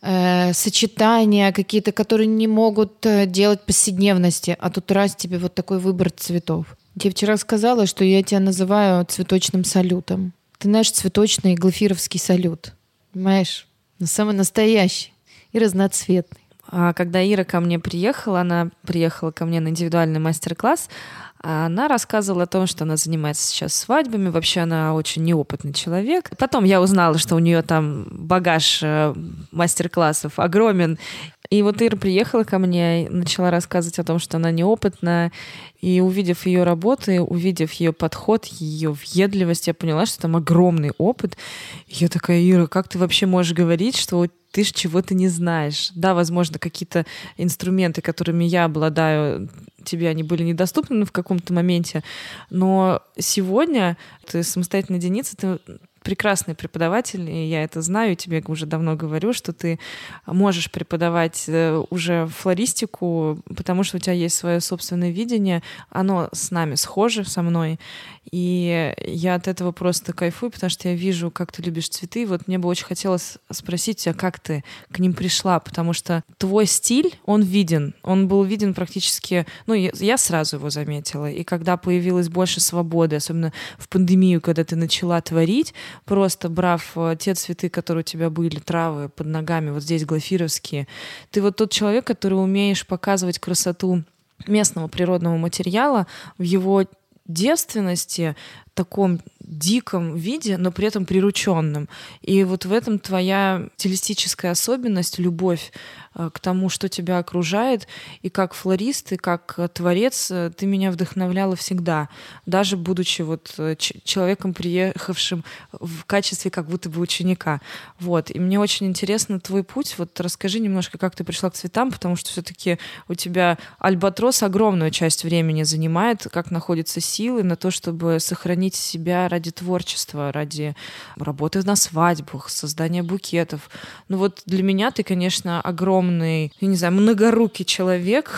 Speaker 1: сочетания какие-то, которые не могут делать в повседневности, а тут раз тебе вот такой выбор цветов. Я вчера сказала, что я тебя называю цветочным салютом. Ты знаешь, цветочный глафировский салют. Понимаешь? Но самый настоящий и разноцветный.
Speaker 2: А когда Ира ко мне приехала, она приехала ко мне на индивидуальный мастер-класс, она рассказывала о том, что она занимается сейчас свадьбами. Вообще она очень неопытный человек. Потом я узнала, что у нее там багаж мастер-классов огромен. И вот Ира приехала ко мне и начала рассказывать о том, что она неопытная. И увидев ее работы, увидев ее подход, ее въедливость, я поняла, что там огромный опыт. И я такая: Ира, как ты вообще можешь говорить, что ты ж чего-то не знаешь? Да, возможно, какие-то инструменты, которыми я обладаю, тебе они были недоступны в каком-то моменте, но сегодня ты самостоятельная единица, ты прекрасный преподаватель, и я это знаю, и тебе уже давно говорю, что ты можешь преподавать уже флористику, потому что у тебя есть свое собственное видение, оно с нами схоже, со мной, и я от этого просто кайфую, потому что я вижу, как ты любишь цветы. Вот мне бы очень хотелось спросить тебя, как ты к ним пришла, потому что твой стиль, он виден, он был виден практически, ну, я сразу его заметила, и когда появилось больше свободы, особенно в пандемию, когда ты начала творить, просто брав те цветы, которые у тебя были, травы под ногами, вот здесь глафировские, ты вот тот человек, который умеешь показывать красоту местного природного материала в его девственности, таком диком виде, но при этом прирученном. И вот в этом твоя стилистическая особенность, любовь к тому, что тебя окружает. И как флорист, и как творец ты меня вдохновляла всегда. Даже будучи вот человеком, приехавшим в качестве как будто бы ученика. Вот. И мне очень интересно твой путь. Вот расскажи немножко, как ты пришла к цветам, потому что все-таки у тебя альбатрос огромную часть времени занимает, как находятся силы на то, чтобы сохранить себя ради творчества, ради работы на свадьбах, создания букетов. Ну вот для меня ты, конечно, огромный, я не знаю, многорукий человек,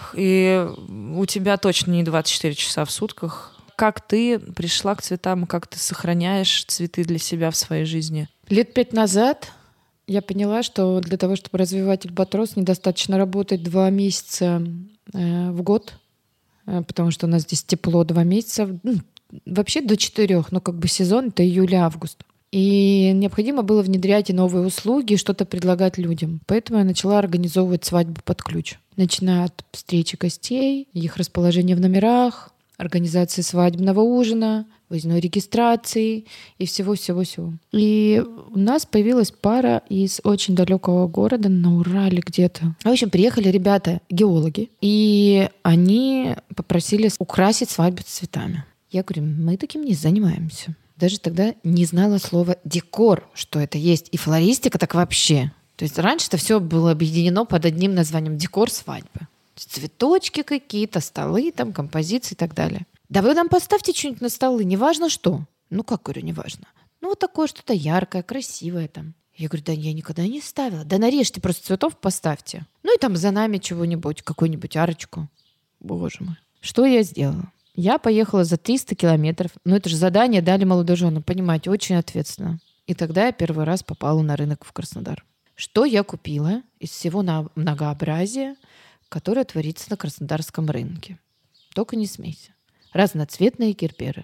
Speaker 2: и у тебя точно не 24 часа в сутках. Как ты пришла к цветам, как ты сохраняешь цветы для себя в своей жизни?
Speaker 1: Лет 5 назад я поняла, что для того, чтобы развивать альбатрос, недостаточно работать 2 месяца в год, потому что у нас здесь тепло 2 месяца, вообще до 4, но как бы сезон — это июль-август. И необходимо было внедрять и новые услуги, что-то предлагать людям. Поэтому я начала организовывать свадьбу под ключ. Начиная от встречи гостей, их расположения в номерах, организации свадебного ужина, выездной регистрации и всего-всего-всего. И у нас появилась пара из очень далекого города, на Урале где-то. В общем, приехали ребята, геологи, и они попросили украсить свадьбу цветами. Я говорю, мы таким не занимаемся. Даже тогда не знала слова «декор», что это есть. И флористика так вообще. То есть раньше это все было объединено под одним названием «декор свадьбы». Цветочки какие-то, столы, там, композиции и так далее. Да вы нам поставьте что-нибудь на столы, неважно что. Ну, как, говорю, неважно. Ну, вот такое что-то яркое, красивое там. Я говорю, да я никогда не ставила. Да нарежьте просто цветов, поставьте. Ну, и там за нами чего-нибудь, какую-нибудь арочку. Боже мой. Что я сделала? Я поехала за 300 километров. Ну, это же задание дали молодоженам, понимаете, очень ответственно. И тогда я первый раз попала на рынок в Краснодар. Что я купила из всего многообразия, которое творится на краснодарском рынке? Только не смейся. Разноцветные герберы.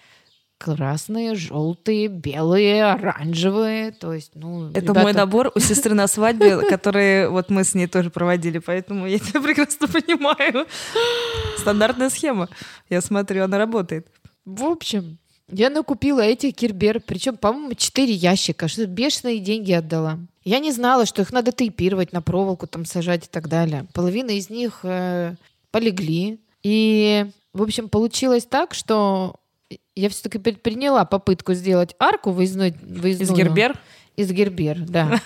Speaker 1: Красные, желтые, белые, оранжевые. То есть,
Speaker 2: это
Speaker 1: ребята...
Speaker 2: мой набор у сестры на свадьбе, который вот мы с ней тоже проводили, поэтому я тебя прекрасно понимаю. Стандартная схема. Я смотрю, она работает.
Speaker 1: В общем, я накупила этих гербер, причем, по-моему, 4 ящика, что бешеные деньги отдала. Я не знала, что их надо тейпировать, на проволоку там сажать и так далее. Половина из них полегли. И, в общем, получилось так, что я все-таки предприняла попытку сделать арку выездную.
Speaker 2: Из гербер?
Speaker 1: Из гербер, да.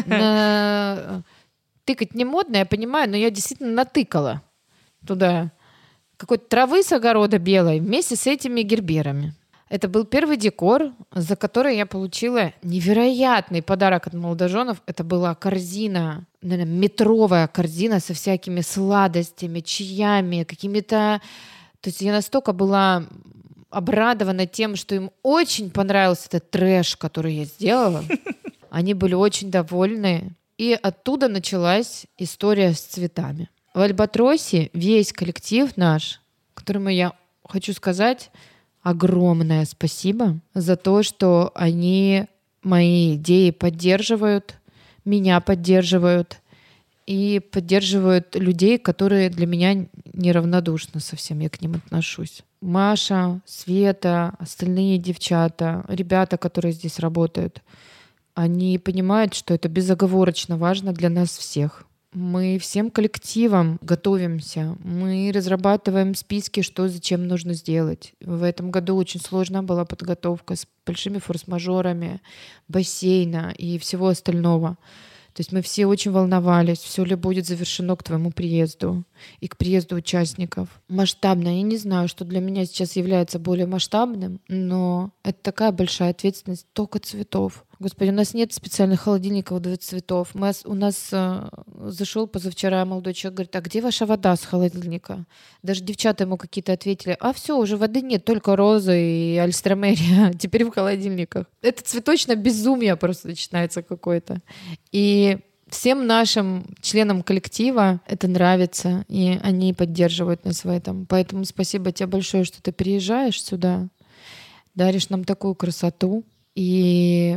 Speaker 1: Тыкать не модно, я понимаю, но я действительно натыкала туда какой-то травы с огорода белой вместе с этими герберами. Это был первый декор, за который я получила невероятный подарок от молодоженов. Это была корзина, наверное, метровая корзина со всякими сладостями, чаями, какими-то... То есть я настолько была обрадована тем, что им очень понравился этот трэш, который я сделала. Они были очень довольны. И оттуда началась история с цветами. В Альбатросе весь коллектив наш, которому я хочу сказать огромное спасибо за то, что они мои идеи поддерживают, меня поддерживают и поддерживают людей, которые для меня неравнодушны совсем, я к ним отношусь. Маша, Света, остальные девчата, ребята, которые здесь работают, они понимают, что это безоговорочно важно для нас всех. Мы всем коллективом готовимся, мы разрабатываем списки, что зачем нужно сделать. В этом году очень сложная была подготовка с большими форс-мажорами бассейна и всего остального. То есть мы все очень волновались, все ли будет завершено к твоему приезду и к приезду участников. Масштабно. Я не знаю, что для меня сейчас является более масштабным, но это такая большая ответственность. Только цветов. Господи, у нас нет специальных холодильников для цветов. У нас зашел позавчера молодой человек, говорит, а где ваша вода с холодильника? Даже девчата ему какие-то ответили, а все, уже воды нет, только розы и альстромерия, теперь в холодильниках. Это цветочное безумие просто начинается какое-то. И всем нашим членам коллектива это нравится, и они поддерживают нас в этом. Поэтому спасибо тебе большое, что ты приезжаешь сюда, даришь нам такую красоту, и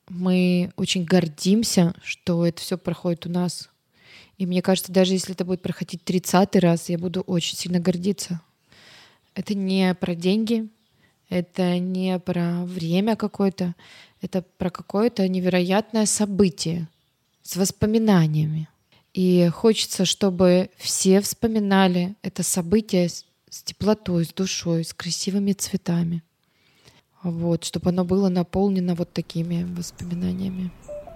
Speaker 1: мы очень гордимся, что это все проходит у нас. И мне кажется, даже если это будет проходить 30-й раз, я буду очень сильно гордиться. Это не про деньги, это не про время какое-то, это про какое-то невероятное событие с воспоминаниями. И хочется, чтобы все вспоминали это событие с теплотой, с душой, с красивыми цветами. Вот, чтобы оно было наполнено вот такими воспоминаниями.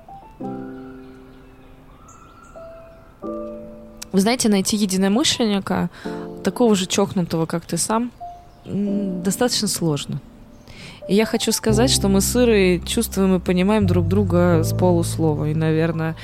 Speaker 2: Вы знаете, найти единомышленника, такого же чокнутого, как ты сам, достаточно сложно. И я хочу сказать, что мы с Ирой чувствуем и понимаем друг друга с полуслова. И, наверное,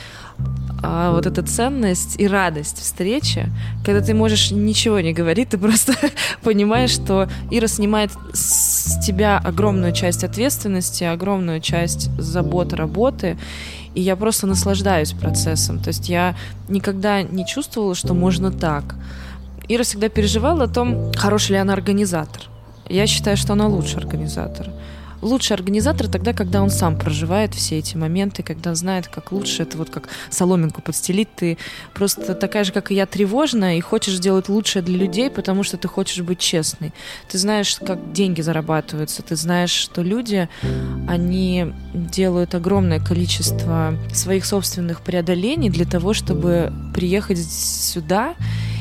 Speaker 2: вот эта ценность и радость встречи, когда ты можешь ничего не говорить, ты просто понимаешь, что Ира снимает с тебя огромную часть ответственности, огромную часть забот, работы, и я просто наслаждаюсь процессом. То есть я никогда не чувствовала, что можно так. Ира всегда переживала о том, хороший ли она организатор. Я считаю, что она лучший организатор. Лучший организатор тогда, когда он сам проживает все эти моменты, когда знает, как лучше. Это вот как соломинку подстелить. Ты просто такая же, как и я, тревожная и хочешь сделать лучшее для людей, потому что ты хочешь быть честной. Ты знаешь, как деньги зарабатываются. Ты знаешь, что люди, они делают огромное количество своих собственных преодолений для того, чтобы приехать сюда,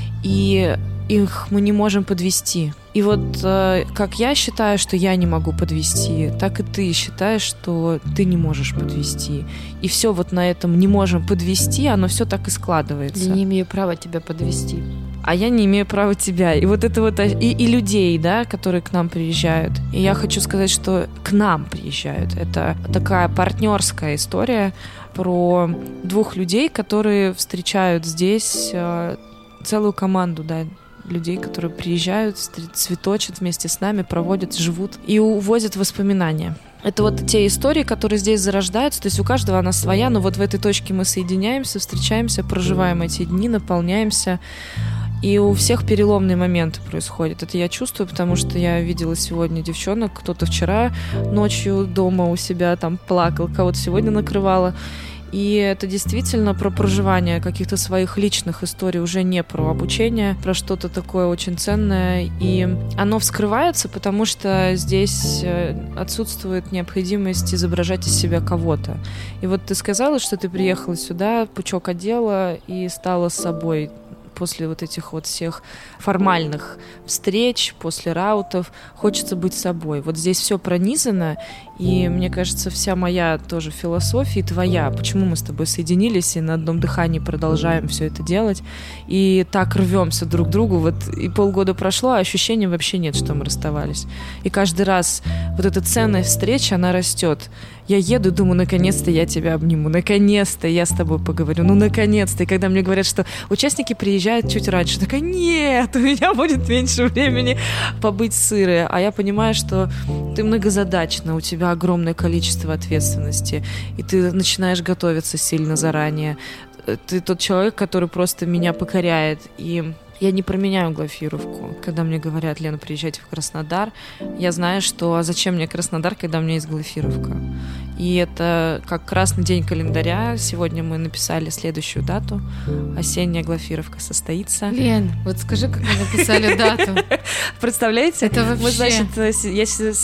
Speaker 2: и их мы не можем подвести. И вот как я считаю, что я не могу подвести, так и ты считаешь, что ты не можешь подвести. И все вот на этом не можем подвести, оно все так и складывается.
Speaker 1: Я не имею права тебя подвести.
Speaker 2: А я не имею права тебя. И вот это вот и людей, да, которые к нам приезжают. И я хочу сказать, что к нам приезжают. Это такая партнерская история про двух людей, которые встречают здесь целую команду, да, людей, которые приезжают, цветочат вместе с нами, проводят, живут и увозят воспоминания. Это вот те истории, которые здесь зарождаются, то есть у каждого она своя, но вот в этой точке мы соединяемся, встречаемся, проживаем эти дни, наполняемся, и у всех переломные моменты происходят. Это я чувствую, потому что я видела сегодня девчонок, кто-то вчера ночью дома у себя там плакал, кого-то сегодня накрывало. И это действительно про проживание каких-то своих личных историй, уже не про обучение, про что-то такое очень ценное. И оно вскрывается, потому что здесь отсутствует необходимость изображать из себя кого-то. И вот ты сказала, что ты приехала сюда, пучок одела и стала собой. после вот этих вот всех формальных встреч, после раутов, хочется быть собой. Вот здесь все пронизано, и мне кажется, вся моя тоже философия, и твоя, почему мы с тобой соединились и на одном дыхании продолжаем все это делать, и так рвемся друг к другу, вот и полгода прошло, а ощущения вообще нет, что мы расставались. И каждый раз вот эта ценная встреча, она растет. Я еду и думаю, наконец-то я тебя обниму, наконец-то я с тобой поговорю, ну наконец-то. И когда мне говорят, что участники приезжают чуть раньше, такая, нет, у меня будет меньше времени побыть с Ирой. А я понимаю, что ты многозадачна, у тебя огромное количество ответственности, и ты начинаешь готовиться сильно заранее. Ты тот человек, который просто меня покоряет, и я не променяю Глафировку. Когда мне говорят, Лена, приезжайте в Краснодар, я знаю, что а зачем мне Краснодар, когда у меня есть Глафировка. И это как красный день календаря. Сегодня мы написали следующую дату. Осенняя Глафировка состоится.
Speaker 1: Лен, вот скажи, как мы написали дату.
Speaker 2: Представляете?
Speaker 1: Это вообще...
Speaker 2: Мы, значит, я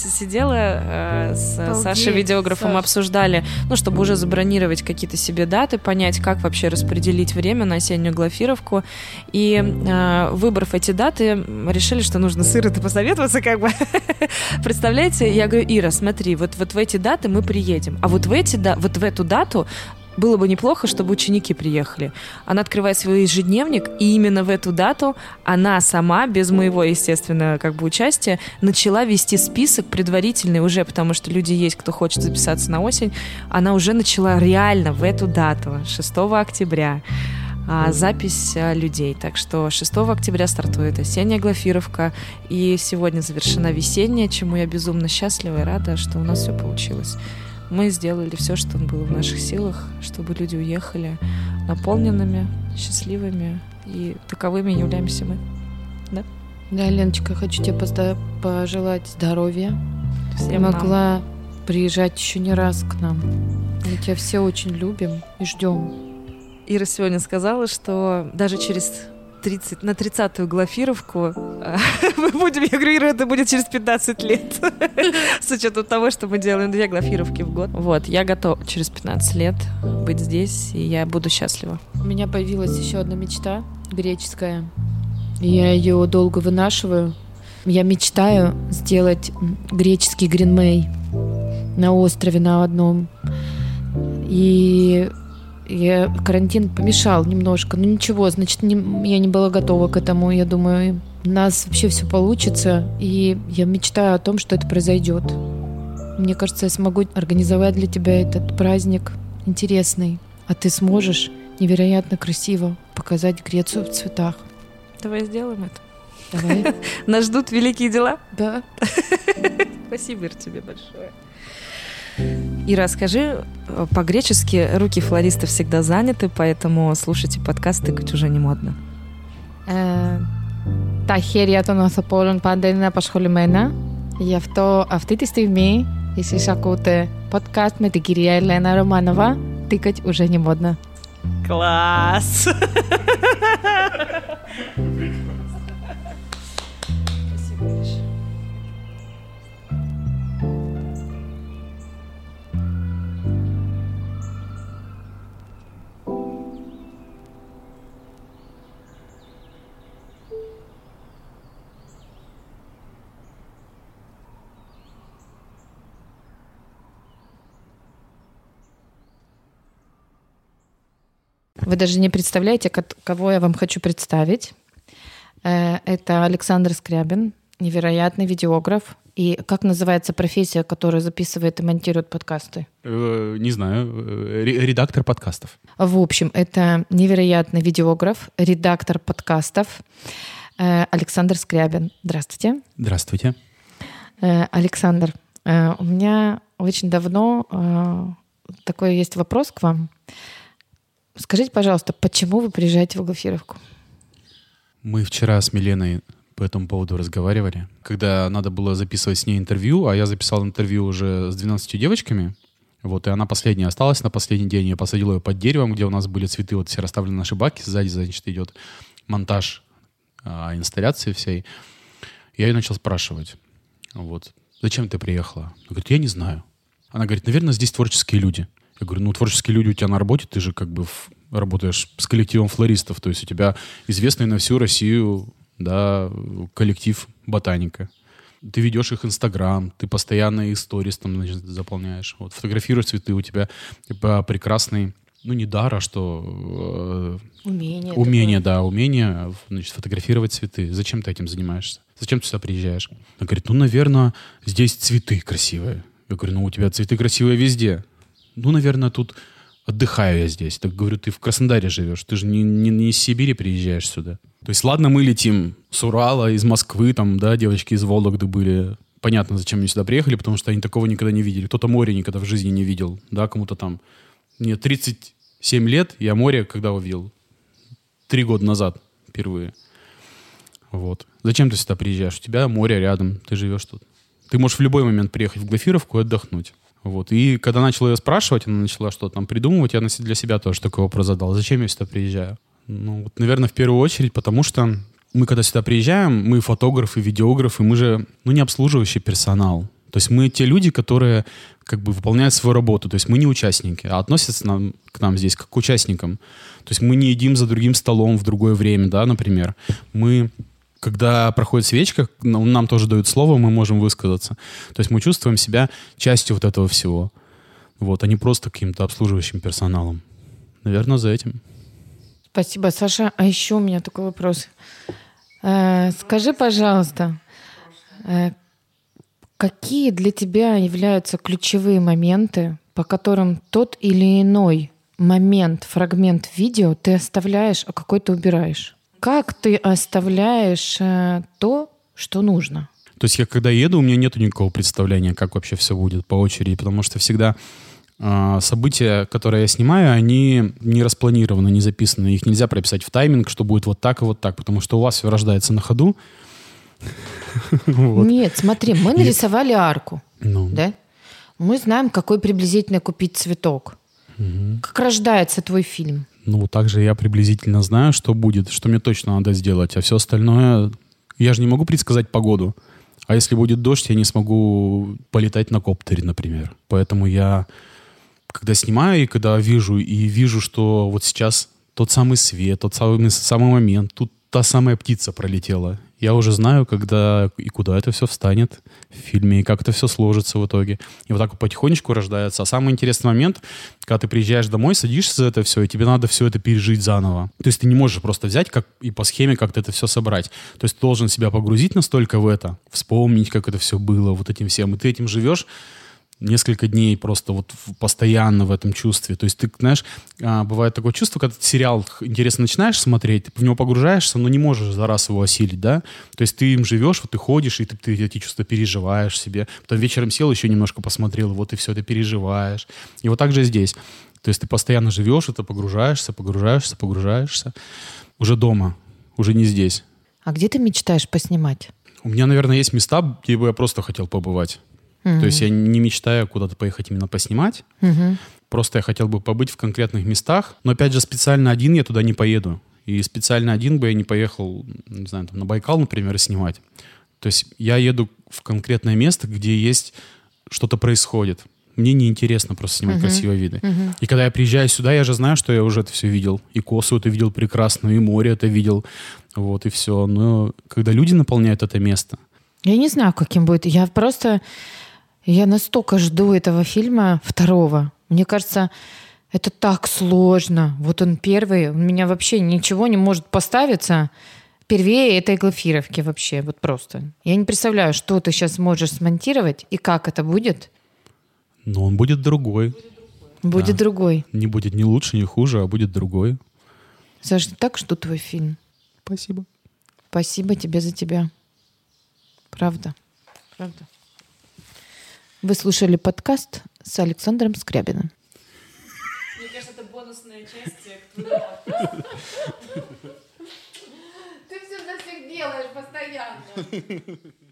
Speaker 2: сидела с Сашей, видеографом, обсуждали, ну, чтобы уже забронировать какие-то себе даты, понять, как вообще распределить время на осеннюю Глафировку. И выбрав эти даты, решили, что нужно с Ирой посоветоваться, как бы. Представляете? Я говорю, Ира, смотри, вот в эти даты мы приедем. А вот в эту дату было бы неплохо, чтобы ученики приехали. Она открывает свой ежедневник, и именно в эту дату она сама, без моего, естественно, как бы участия, начала вести список предварительный уже, потому что люди есть, кто хочет записаться на осень. Она уже начала реально в эту дату, 6 октября, запись людей. Так что 6 октября стартует осенняя Глафировка, и сегодня завершена весенняя, чему я безумно счастлива и рада, что у нас все получилось. Мы сделали все, что было в наших силах, чтобы люди уехали наполненными, счастливыми, и таковыми являемся мы. Да?
Speaker 1: Да, Леночка, хочу тебе пожелать здоровья.
Speaker 2: Всем
Speaker 1: могла приезжать еще не раз к нам. Мы тебя все очень любим и ждем.
Speaker 2: Ира сегодня сказала, что даже на 30-ю Глафировку мы будем, я говорю, Ира, это будет через 15 лет, с учетом того, что мы делаем 2 Глафировки в год. Вот, я готова через 15 лет быть здесь, и я буду счастлива.
Speaker 1: У меня появилась еще одна мечта греческая. Я ее долго вынашиваю. Я мечтаю сделать греческий гринмей на острове на одном. И карантин помешал немножко, но ничего, значит, я не была готова к этому. Я думаю, у нас вообще все получится, и я мечтаю о том, что это произойдет. Мне кажется, я смогу организовать для тебя этот праздник интересный, а ты сможешь невероятно красиво показать Грецию в цветах.
Speaker 2: Давай сделаем это.
Speaker 1: Давай.
Speaker 2: Нас ждут великие дела.
Speaker 1: Да.
Speaker 2: Спасибо, Ир, тебе большое. Ира, скажи, по-гречески руки флориста всегда заняты, поэтому слушайте подкаст «Тыкать уже не модно».
Speaker 1: Τα χέρια των ανθρώπων πάντα είναι απασχολημένα. Γι' αυτό αυτή τη στιγμή εσείς ακούτε podcast με την κυρία Ελένα Романова «Тыкать уже не модно».
Speaker 2: Класс!
Speaker 1: Вы даже не представляете, кого я вам хочу представить. Это Александр Скрябин, невероятный видеограф. И как называется профессия, которая записывает и монтирует подкасты?
Speaker 3: Не знаю. Редактор подкастов.
Speaker 1: В общем, это невероятный видеограф, редактор подкастов Александр Скрябин. Здравствуйте.
Speaker 3: Здравствуйте.
Speaker 1: Александр, у меня очень давно такой есть вопрос к вам. Скажите, пожалуйста, почему вы приезжаете в Глафировку?
Speaker 3: Мы вчера с Миленой по этому поводу разговаривали. Когда надо было записывать с ней интервью, а я записал интервью уже с 12 девочками, вот, и она последняя осталась на последний день. Я посадил ее под деревом, где у нас были цветы, вот все расставлены наши баки, сзади, значит, идет монтаж инсталляции всей. Я ее начал спрашивать, вот, зачем ты приехала? Она говорит, я не знаю. Она говорит, наверное, здесь творческие люди. Я говорю, ну, творческие люди у тебя на работе, ты же как бы работаешь с коллективом флористов, то есть у тебя известный на всю Россию, да, коллектив «Ботаника». Ты ведешь их Инстаграм, ты постоянно их сторис там, значит, заполняешь. Вот, фотографируешь цветы, у тебя прекрасный, ну, не дар, а что... Умение, да, умение, значит, фотографировать цветы. Зачем ты этим занимаешься? Зачем ты сюда приезжаешь? Она говорит, ну, наверное, здесь цветы красивые. Я говорю, ну, у тебя цветы красивые везде. Ну, наверное, тут отдыхаю я здесь. Так говорю, ты в Краснодаре живешь, ты же не из Сибири приезжаешь сюда. То есть, ладно, мы летим с Урала, из Москвы, там, да, девочки из Вологды были. Понятно, зачем они сюда приехали, потому что они такого никогда не видели. Кто-то море никогда в жизни не видел, да, кому-то там. Мне 37 лет, я море когда увидел? 3 года назад впервые. Вот. Зачем ты сюда приезжаешь? У тебя море рядом, ты живешь тут. Ты можешь в любой момент приехать в Глафировку и отдохнуть. Вот. И когда начал ее спрашивать, она начала что-то там придумывать, я для себя тоже такой вопрос задал. Зачем я сюда приезжаю? Ну, вот, наверное, в первую очередь, потому что мы, когда сюда приезжаем, мы фотографы, видеографы, мы же, ну, не обслуживающий персонал. То есть мы те люди, которые как бы выполняют свою работу. То есть мы не участники, а относятся к нам здесь как к участникам. То есть мы не едим за другим столом в другое время, да, например. Мы, когда проходит свечка, нам тоже дают слово, мы можем высказаться. То есть мы чувствуем себя частью вот этого всего. Вот, а не просто каким-то обслуживающим персоналом. Наверное, за этим.
Speaker 1: Спасибо, Саша. А еще у меня такой вопрос. Скажи, пожалуйста, какие для тебя являются ключевые моменты, по которым тот или иной момент, фрагмент видео ты оставляешь, а какой ты убираешь? Как ты оставляешь то, что нужно?
Speaker 3: То есть я когда еду, у меня нет никакого представления, как вообще все будет по очереди, потому что всегда события, которые я снимаю, они не распланированы, не записаны. Их нельзя прописать в тайминг, что будет вот так и вот так, потому что у вас все рождается на ходу.
Speaker 1: Нет, смотри, мы нарисовали арку, да? Мы знаем, какой приблизительно купить цветок. Как рождается твой фильм?
Speaker 3: Ну, также я приблизительно знаю, что будет, что мне точно надо сделать, а все остальное... Я же не могу предсказать погоду. А если будет дождь, я не смогу полетать на коптере, например. Поэтому я, когда снимаю и когда вижу, что вот сейчас тот самый свет, тот самый момент, тут та самая птица пролетела. Я уже знаю, когда и куда это все встанет в фильме, и как это все сложится в итоге. И вот так вот потихонечку рождается. А самый интересный момент, когда ты приезжаешь домой, садишься за это все, и тебе надо все это пережить заново. То есть ты не можешь просто взять и по схеме как-то это все собрать. То есть ты должен себя погрузить настолько в это, вспомнить, как это все было, вот этим всем. И ты этим живешь несколько дней просто вот постоянно в этом чувстве. То есть ты, знаешь, бывает такое чувство, когда ты сериал интересно начинаешь смотреть, ты в него погружаешься, но не можешь за раз его осилить, да? То есть ты им живешь, вот ты ходишь, и ты эти чувства переживаешь себе. Потом вечером сел, еще немножко посмотрел, и вот ты все это переживаешь. И вот так же здесь. То есть ты постоянно живешь, это погружаешься. Уже дома, уже не здесь.
Speaker 1: А где ты мечтаешь поснимать?
Speaker 3: У меня, наверное, есть места, где бы я просто хотел побывать. То есть я не мечтаю куда-то поехать именно поснимать. Просто я хотел бы побыть в конкретных местах. Но опять же, специально один я туда не поеду. И специально один бы я не поехал, не знаю, там, на Байкал, например, снимать. То есть я еду в конкретное место, где есть что-то происходит. Мне неинтересно просто снимать красивые виды. И когда я приезжаю сюда, я же знаю, что я уже это все видел. И косу это видел прекрасно, и море это видел. Вот, и все. Но когда люди наполняют это место...
Speaker 1: Я не знаю, каким будет. Я настолько жду этого фильма второго. Мне кажется, это так сложно. Вот он первый. У меня вообще ничего не может поставиться первее этой Глафировки вообще. Вот просто. Я не представляю, что ты сейчас можешь смонтировать и как это будет.
Speaker 3: Но он будет другой.
Speaker 1: Будет другой.
Speaker 3: Не будет ни лучше, ни хуже, а будет другой.
Speaker 1: Саша, так жду твой фильм.
Speaker 3: Спасибо.
Speaker 1: Спасибо тебе за тебя. Правда. Правда. Вы слушали подкаст с Александром Скрябиным.
Speaker 2: Мне кажется, это бонусная часть к твоему подкасту.
Speaker 1: Ты все за всех делаешь постоянно.